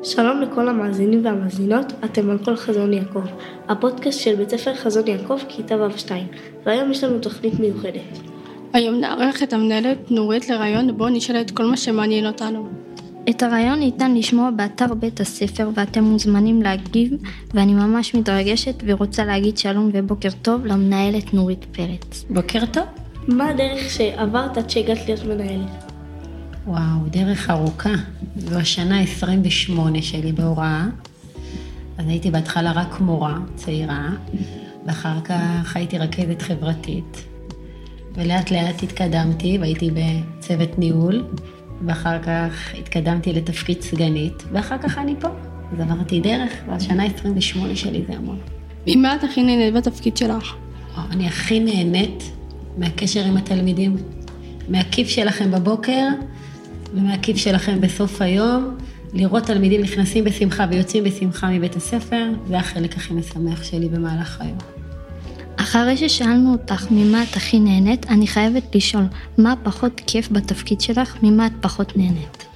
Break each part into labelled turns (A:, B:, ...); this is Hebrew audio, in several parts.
A: שלום לכל המאזינים והמאזינות, אתם על כל חזון יעקב, הפודקאסט של בית ספר חזון יעקב, כיתה ו'2, והיום יש לנו תוכנית מיוחדת.
B: היום נערך את המנהלת נורית לרעיון, בו נשאל את כל מה שמעניין אותנו.
C: את הרעיון ניתן לשמוע באתר בית הספר ואתם מוזמנים להגיב, ואני ממש מתרגשת ורוצה להגיד שלום ובוקר טוב למנהלת נורית פרץ.
D: בוקר טוב.
A: מה הדרך שעברת עד שהגעת להיות מנהלת?
D: וואו, דרך ארוכה. זו השנה 28 שלי בהוראה. אז הייתי בהתחלה רק מורה צעירה, ואחר כך הייתי רכזת חברתית. ולאט לאט התקדמתי והייתי בצוות ניהול, ואחר כך התקדמתי לתפקיד סגנית, ואחר כך אני פה. אז עברתי דרך, והשנה 28 שלי זה המון.
B: ממה את הכי נהנית בתפקיד שלך?
D: אני הכי נהנית מהקשר עם התלמידים, מהכיף שלכם בבוקר, ומהכיף שלכם בסוף היום, לראות תלמידים נכנסים בשמחה ויוצאים בשמחה מבית הספר, זה החלק הכי משמח שלי במהלך היום.
C: אחרי ששאלנו אותך ממה את הכי נהנית, אני חייבת לשאול, מה פחות כיף בתפקיד שלך, ממה את פחות נהנית?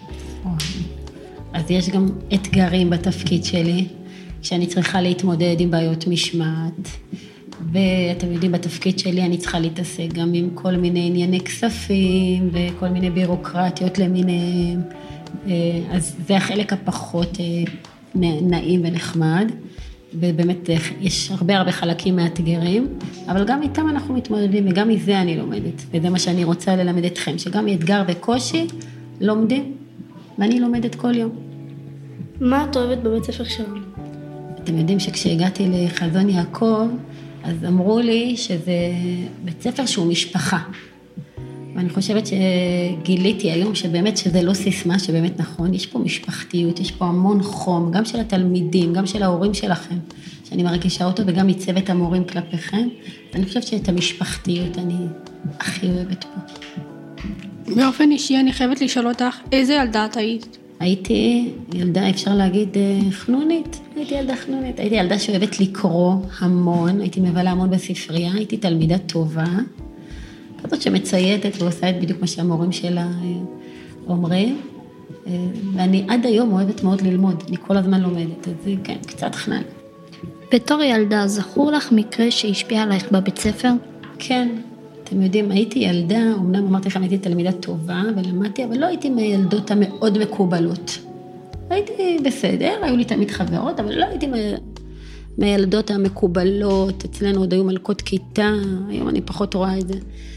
D: אז יש גם אתגרים בתפקיד שלי, שאני צריכה להתמודד עם בעיות משמעת, ואתם יודעים, בתפקיד שלי אני צריכה להתעסק גם עם כל מיני ענייני כספים, וכל מיני בירוקרטיות למיניהם, אז זה החלק הפחות נעים ונחמד, ובאמת יש הרבה חלקים מאתגרים, אבל גם איתם אנחנו מתמודדים, וגם מזה אני לומדת, וזה מה שאני רוצה ללמד אתכם, שגם מאתגר וקושי לומדים, ואני לומדת כל יום.
A: מה את אוהבת בבית ספר שלנו?
D: אתם יודעים שכשהגעתי לחזון יעקב, אז אמרו לי שזה בית ספר שהוא משפחה. ואני חושבת שגיליתי היום שבאמת שזה לא סיסמה, שבאמת נכון, יש פה משפחתיות, יש פה המון חום, גם של התלמידים, גם של ההורים שלכם, שאני מרגישה אותו, וגם מצוות המורים כלפיכם. ואני חושבת שאת המשפחתיות אני הכי אוהבת פה.
B: באופן אישי אני חייבת לשאול אותך, איזה ילדה את היית?
D: הייתי ילדה, אפשר להגיד, חנונית. הייתי ילדה חנונית. הייתי ילדה שאוהבת לקרוא המון, הייתי מבלה המון בספרייה, הייתי תלמידה טובה, כזאת שמצייתת ועושה את בדיוק מה שהמורים שלה אומרים, ואני עד היום אוהבת מאוד ללמוד, אני כל הזמן לומדת, אז זה כן, קצת חנן.
C: בתור ילדה, זכור לך מקרה שהשפיע עלייך בבית ספר?
D: כן. אתם יודעים, הייתי ילדה, אמנם אמרתי לכם, הייתי תלמידה טובה ולמדתי, אבל לא הייתי מהילדות המאוד מקובלות. הייתי בסדר, היו לי תמיד חברות, אבל לא הייתי מהילדות המקובלות, אצלנו עוד היו מלכות כיתה, היום אני פחות רואה את זה.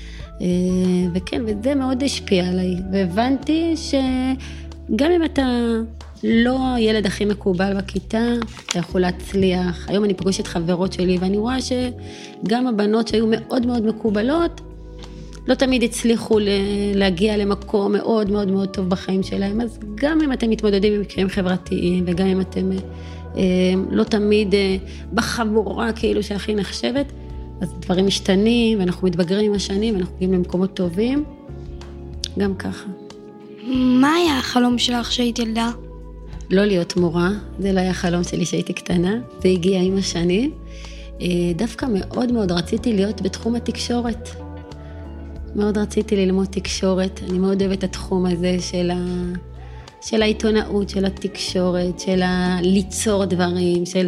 D: וכן, וזה מאוד השפיע עליי, והבנתי שגם אם אתה לא הילד הכי מקובל בכיתה, אתה יכול להצליח. היום אני פגושת חברות שלי, ואני רואה שגם הבנות שהיו מאוד מאוד מקובלות, לא תמיד הצליחו להגיע למקום מאוד מאוד מאוד טוב בחיים שלהם. אז גם אם אתם מתמודדים עם מקרים חברתיים, וגם אם אתם לא תמיד בחבורה כאילו שהכי נחשבת, אז דברים משתנים, ואנחנו מתבגרים עם השנים, ואנחנו מגיעים למקומות טובים, גם ככה.
B: מה היה החלום שלך שהיית ילדה?
D: לא להיות מורה, זה לא היה חלום שלי שהייתי קטנה, זה הגיע עם השנים. דווקא מאוד מאוד רציתי להיות בתחום התקשורת. מאוד רציתי ללמוד תקשורת, אני מאוד אוהבת את התחום הזה של העיתונאות, של התקשורת, של ליצור דברים, של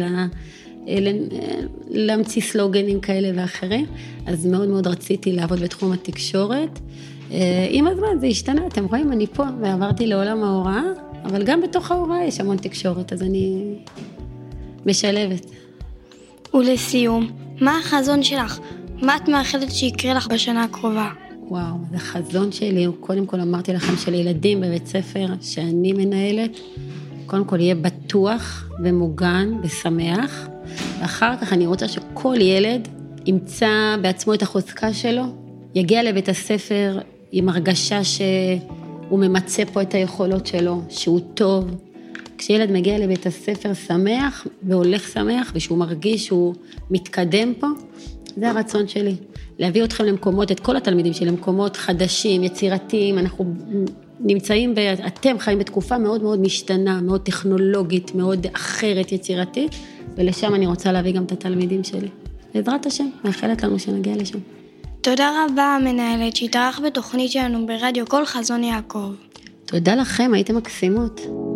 D: להמציא סלוגנים כאלה ואחרים. אז מאוד מאוד רציתי לעבוד בתחום התקשורת. עם הזמן זה השתנה, אתם רואים, אני פה ועברתי לעולם ההוראה, אבל גם בתוך ההוראה יש המון תקשורת, אז אני משלבת.
B: ולסיום, מה החזון שלך? מה את מאחלת שיקרה לך בשנה הקרובה?
D: וואו, זה החזון שלי, קודם כל אמרתי לכם שלילדים בבית ספר שאני מנהלת, קודם כל יהיה בטוח ומוגן ושמח, ואחר כך אני רוצה שכל ילד ימצא בעצמו את החוזקה שלו, יגיע לבית הספר עם הרגשה הוא ממצא פה את היכולות שלו, שהוא טוב. כשילד מגיע לבית הספר שמח והולך שמח, ושהוא מרגיש שהוא מתקדם פה, זה הרצון שלי. להביא אתכם למקומות, את כל התלמידים שלי, למקומות חדשים, יצירתיים. אנחנו נמצאים, אתם חיים בתקופה מאוד מאוד משתנה, מאוד טכנולוגית, מאוד אחרת, יצירתית, ולשם אני רוצה להביא גם את התלמידים שלי. בעזרת השם, מאחלת לנו שנגיע לשם.
B: תודה רבה המנהלת שהתארח בתוכנית שלנו ברדיו כל חזון יעקב.
D: תודה לכם, הייתם מקסימות.